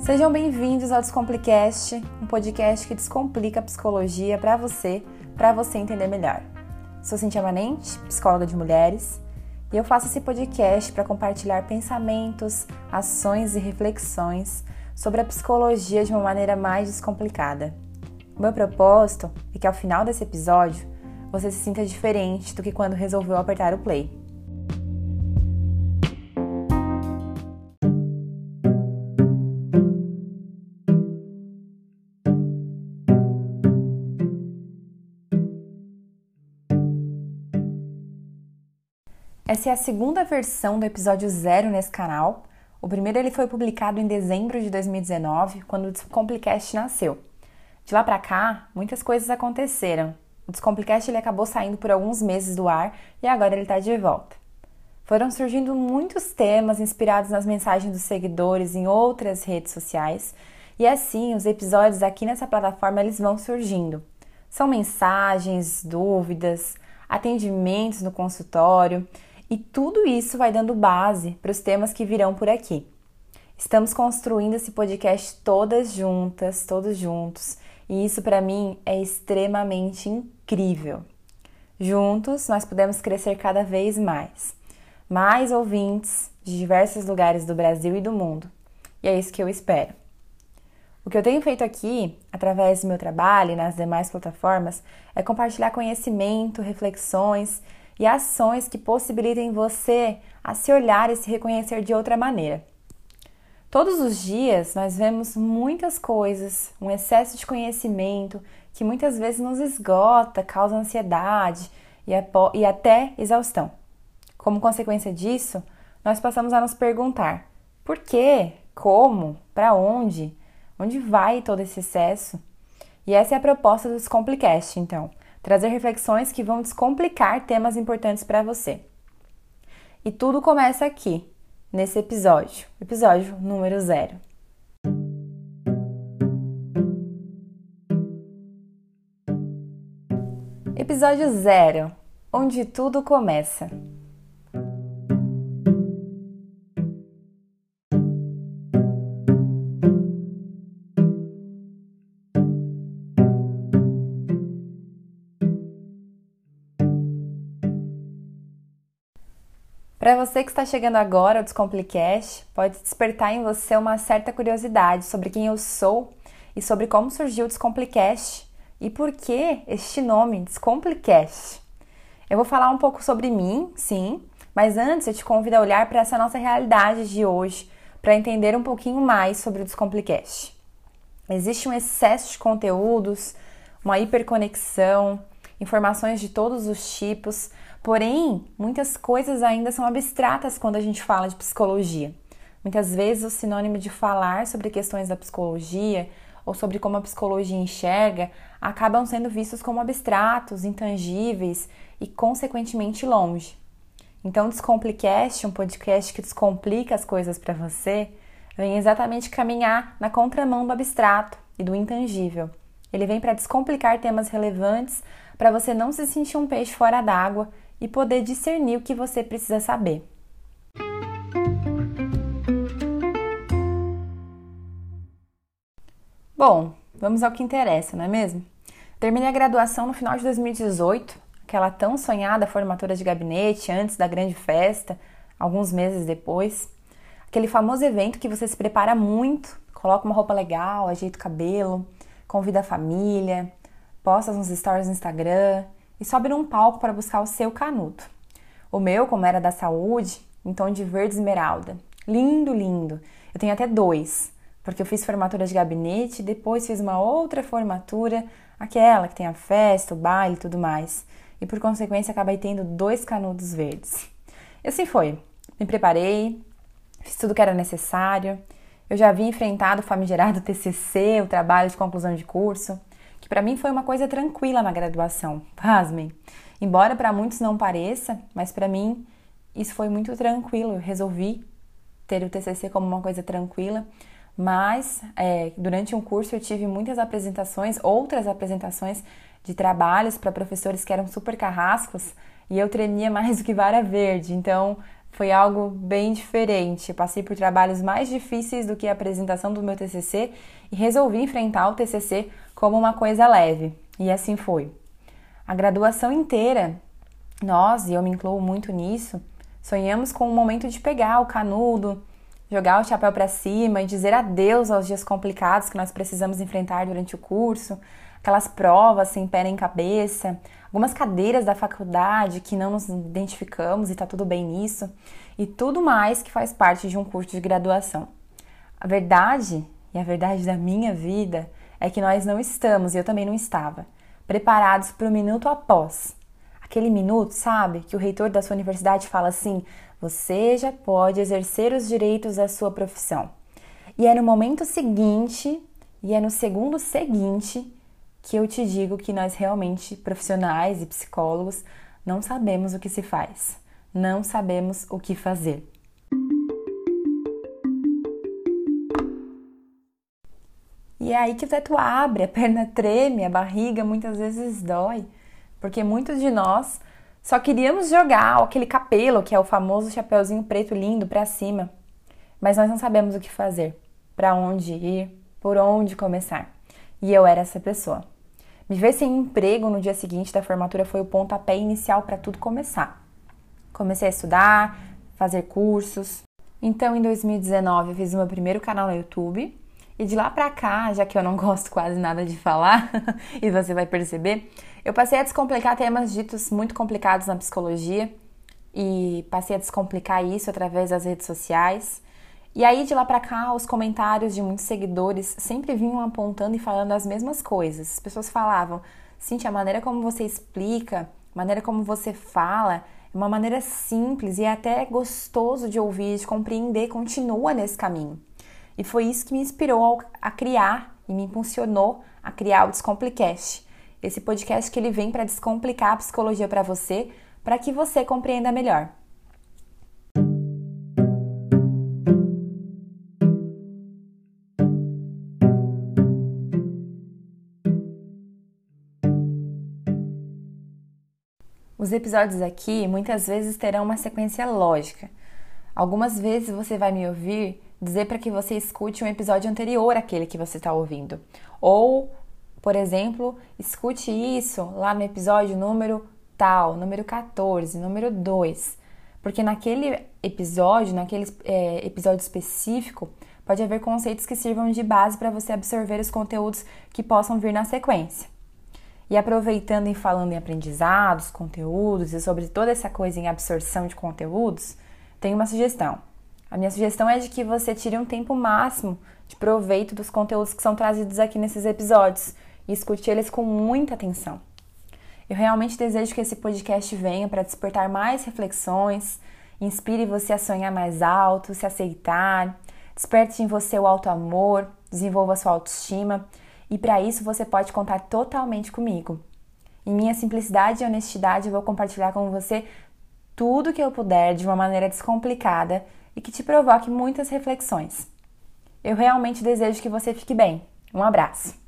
Sejam bem-vindos ao Descomplicast, um podcast que descomplica a psicologia para você entender melhor. Sou Cintia Manente, psicóloga de mulheres, e eu faço esse podcast para compartilhar pensamentos, ações e reflexões sobre a psicologia de uma maneira mais descomplicada. O meu propósito é que ao final desse episódio você se sinta diferente do que quando resolveu apertar o play. Essa é a segunda versão do episódio 0 nesse canal. O primeiro ele foi publicado em dezembro de 2019, quando o Descomplicast nasceu. De lá pra cá, muitas coisas aconteceram. O Descomplicast ele acabou saindo por alguns meses do ar e agora ele está de volta. Foram surgindo muitos temas inspirados nas mensagens dos seguidores em outras redes sociais e assim os episódios aqui nessa plataforma eles vão surgindo. São mensagens, dúvidas, atendimentos no consultório e tudo isso vai dando base para os temas que virão por aqui. Estamos construindo esse podcast todas juntas, todos juntos, e isso para mim é extremamente incrível. Juntos nós podemos crescer cada vez mais. Mais ouvintes de diversos lugares do Brasil e do mundo. E é isso que eu espero. O que eu tenho feito aqui, através do meu trabalho e nas demais plataformas, é compartilhar conhecimento, reflexões e ações que possibilitem você a se olhar e se reconhecer de outra maneira. Todos os dias nós vemos muitas coisas, um excesso de conhecimento que muitas vezes nos esgota, causa ansiedade e até exaustão. Como consequência disso, nós passamos a nos perguntar por quê, como, para onde vai todo esse excesso? E essa é a proposta do Descomplicast, então. Trazer reflexões que vão descomplicar temas importantes para você. E tudo começa aqui, nesse episódio número 0. Episódio 0, onde tudo começa. Para você que está chegando agora ao Descomplicast, pode despertar em você uma certa curiosidade sobre quem eu sou e sobre como surgiu o Descomplicast e por que este nome, Descomplicast. Eu vou falar um pouco sobre mim, sim, mas antes eu te convido a olhar para essa nossa realidade de hoje para entender um pouquinho mais sobre o Descomplicast. Existe um excesso de conteúdos, uma hiperconexão, informações de todos os tipos. Porém, muitas coisas ainda são abstratas quando a gente fala de psicologia. Muitas vezes o sinônimo de falar sobre questões da psicologia ou sobre como a psicologia enxerga acabam sendo vistos como abstratos, intangíveis e, consequentemente, longe. Então, o Descomplicast, um podcast que descomplica as coisas para você, vem exatamente caminhar na contramão do abstrato e do intangível. Ele vem para descomplicar temas relevantes para você não se sentir um peixe fora d'água e poder discernir o que você precisa saber. Bom, vamos ao que interessa, não é mesmo? Terminei a graduação no final de 2018, aquela tão sonhada formatura de gabinete antes da grande festa, alguns meses depois. Aquele famoso evento que você se prepara muito, coloca uma roupa legal, ajeita o cabelo, convida a família, posta uns stories no Instagram e sobe num palco para buscar o seu canudo. O meu, como era da saúde, em tom de verde esmeralda. Lindo, lindo. Eu tenho até 2, porque eu fiz formatura de gabinete e depois fiz uma outra formatura, aquela que tem a festa, o baile e tudo mais. E por consequência acabei tendo 2 canudos verdes. E assim foi. Me preparei, fiz tudo que era necessário. Eu já havia enfrentado o famigerado TCC, o trabalho de conclusão de curso, que para mim foi uma coisa tranquila na graduação, pasmem. Embora para muitos não pareça, mas para mim isso foi muito tranquilo. Eu resolvi ter o TCC como uma coisa tranquila, mas durante um curso eu tive muitas apresentações, outras apresentações de trabalhos para professores que eram super carrascos e eu tremia mais do que vara verde. Então foi algo bem diferente. Eu passei por trabalhos mais difíceis do que a apresentação do meu TCC e resolvi enfrentar o TCC como uma coisa leve. E assim foi. A graduação inteira, nós, e eu me incluo muito nisso, sonhamos com o momento de pegar o canudo, jogar o chapéu para cima e dizer adeus aos dias complicados que nós precisamos enfrentar durante o curso, aquelas provas sem pé nem cabeça, algumas cadeiras da faculdade que não nos identificamos e tá tudo bem nisso, e tudo mais que faz parte de um curso de graduação. A verdade, e a verdade da minha vida, é que nós não estamos, e eu também não estava, preparados para o minuto após. Aquele minuto, sabe, que o reitor da sua universidade fala assim: você já pode exercer os direitos da sua profissão. E é no momento seguinte, e é no segundo seguinte, que eu te digo que nós realmente, profissionais e psicólogos, não sabemos o que se faz, não sabemos o que fazer. E é aí que o teto abre, a perna treme, a barriga muitas vezes dói, porque muitos de nós só queríamos jogar aquele capelo, que é o famoso chapeuzinho preto lindo, para cima, mas nós não sabemos o que fazer, para onde ir, por onde começar. E eu era essa pessoa. Me ver sem emprego no dia seguinte da formatura foi o pontapé inicial para tudo começar. Comecei a estudar, fazer cursos. Então, em 2019, eu fiz o meu primeiro canal no YouTube. E de lá pra cá, já que eu não gosto quase nada de falar, e você vai perceber, eu passei a descomplicar temas ditos muito complicados na psicologia. E passei a descomplicar isso através das redes sociais. E aí, de lá pra cá, os comentários de muitos seguidores sempre vinham apontando e falando as mesmas coisas. As pessoas falavam: Cíntia, a maneira como você explica, a maneira como você fala, é uma maneira simples e é até gostoso de ouvir, de compreender, continua nesse caminho. E foi isso que me inspirou a criar e me impulsionou a criar o Descomplicast. Esse podcast que ele vem para descomplicar a psicologia para você, para que você compreenda melhor. Os episódios aqui muitas vezes terão uma sequência lógica. Algumas vezes você vai me ouvir dizer para que você escute um episódio anterior àquele que você está ouvindo. Ou, por exemplo, escute isso lá no episódio número tal, número 14, número 2. Porque naquele episódio, episódio específico, pode haver conceitos que sirvam de base para você absorver os conteúdos que possam vir na sequência. E aproveitando e falando em aprendizados, conteúdos e sobre toda essa coisa em absorção de conteúdos, tenho uma sugestão. A minha sugestão é de que você tire um tempo máximo de proveito dos conteúdos que são trazidos aqui nesses episódios e escute eles com muita atenção. Eu realmente desejo que esse podcast venha para despertar mais reflexões, inspire você a sonhar mais alto, se aceitar, desperte em você o auto-amor, desenvolva a sua autoestima. E para isso você pode contar totalmente comigo. Em minha simplicidade e honestidade eu vou compartilhar com você tudo que eu puder de uma maneira descomplicada e que te provoque muitas reflexões. Eu realmente desejo que você fique bem. Um abraço!